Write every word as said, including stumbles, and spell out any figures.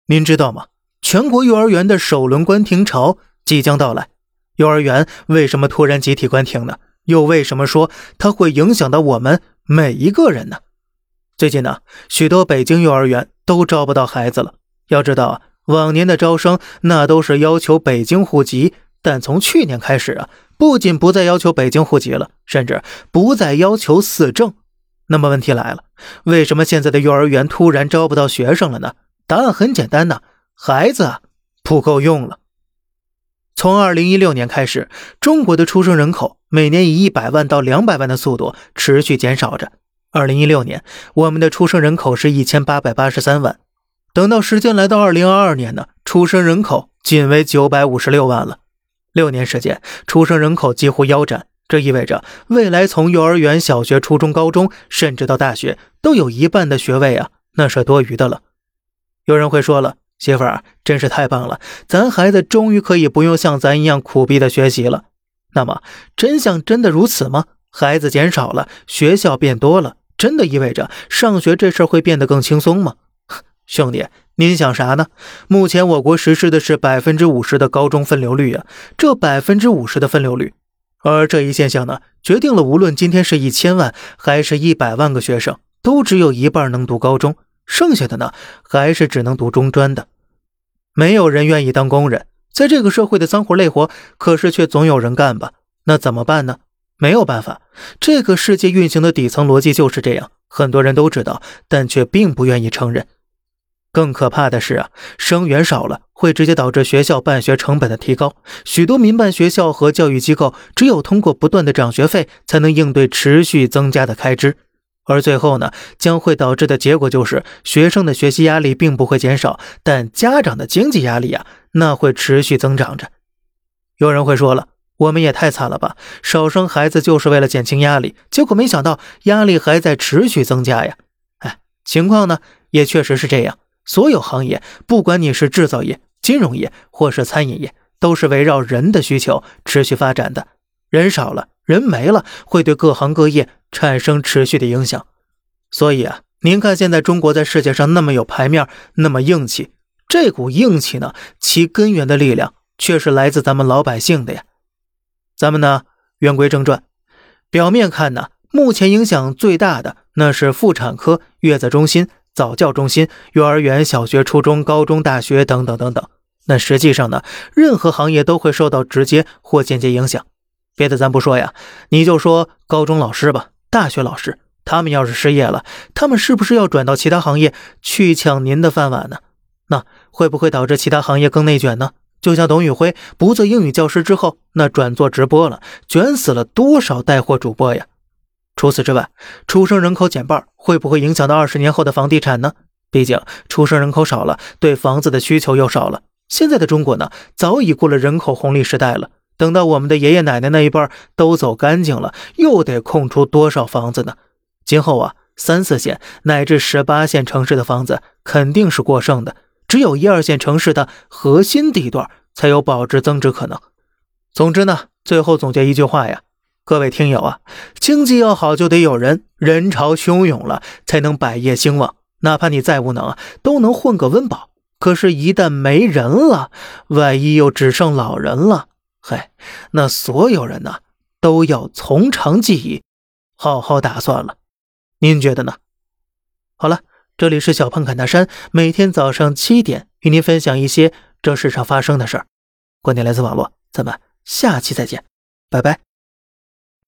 您知道吗？全国幼儿园的首轮关停潮即将到来。幼儿园为什么突然集体关停呢？又为什么说它会影响到我们每一个人呢？最近呢，许多北京幼儿园都招不到孩子了。要知道啊，往年的招生那都是要求北京户籍，但从去年开始啊，不仅不再要求北京户籍了，甚至不再要求四证。那么问题来了，为什么现在的幼儿园突然招不到学生了呢？答案很简单呢，孩子啊不够用了。从二零一六年开始，中国的出生人口每年以一百万到两百万的速度持续减少着。二零一六年，我们的出生人口是一千八百八十三万。等到时间来到二零二二年呢，出生人口仅为九百五十六万了。六年时间，出生人口几乎腰斩，这意味着未来从幼儿园、小学、初中、高中，甚至到大学，都有一半的学位啊，那是多余的了。有人会说了，媳妇儿真是太棒了，咱孩子终于可以不用像咱一样苦逼的学习了。那么真相真的如此吗？孩子减少了，学校变多了，真的意味着上学这事儿会变得更轻松吗？兄弟，您想啥呢？目前我国实施的是 百分之五十 的高中分流率啊，这 百分之五十 的分流率，而这一现象呢，决定了无论今天是一千万还是一百万个学生，都只有一半能读高中，剩下的呢，还是只能读中专的。没有人愿意当工人，在这个社会的脏活累活，可是却总有人干吧？那怎么办呢？没有办法，这个世界运行的底层逻辑就是这样，很多人都知道，但却并不愿意承认。更可怕的是啊，生源少了，会直接导致学校办学成本的提高。许多民办学校和教育机构只有通过不断的涨学费，才能应对持续增加的开支。而最后呢，将会导致的结果就是学生的学习压力并不会减少，但家长的经济压力啊，那会持续增长着。有人会说了，我们也太惨了吧，少生孩子就是为了减轻压力，结果没想到压力还在持续增加呀。哎，情况呢也确实是这样，所有行业，不管你是制造业、金融业或是餐饮业，都是围绕人的需求持续发展的。人少了，人没了，会对各行各业产生持续的影响。所以啊，您看现在中国在世界上那么有排面，那么硬气，这股硬气呢，其根源的力量却是来自咱们老百姓的呀。咱们呢，言归正传，表面看呢，目前影响最大的那是妇产科、月子中心、早教中心、幼儿园、小学、初中、高中、大学等等等等。那实际上呢，任何行业都会受到直接或间接影响。别的咱不说呀，你就说高中老师吧，大学老师，他们要是失业了，他们是不是要转到其他行业去抢您的饭碗呢？那会不会导致其他行业更内卷呢？就像董宇辉不做英语教师之后，那转做直播了，卷死了多少带货主播呀？除此之外，出生人口减半，会不会影响到二十年后的房地产呢？毕竟出生人口少了，对房子的需求又少了。现在的中国呢，早已过了人口红利时代了。等到我们的爷爷奶奶那一辈都走干净了，又得空出多少房子呢？今后啊，三四线乃至十八线城市的房子肯定是过剩的，只有一二线城市的核心地段才有保值增值可能。总之呢，最后总结一句话呀，各位听友啊，经济要好就得有人，人潮汹涌了才能百业兴旺，哪怕你再无能啊，都能混个温饱。可是一旦没人了，万一又只剩老人了，嘿，那所有人呢都要从长计议，好好打算了。您觉得呢？好了，这里是小胖侃大山，每天早上七点与您分享一些这世上发生的事儿。观点来自网络，咱们下期再见，拜拜。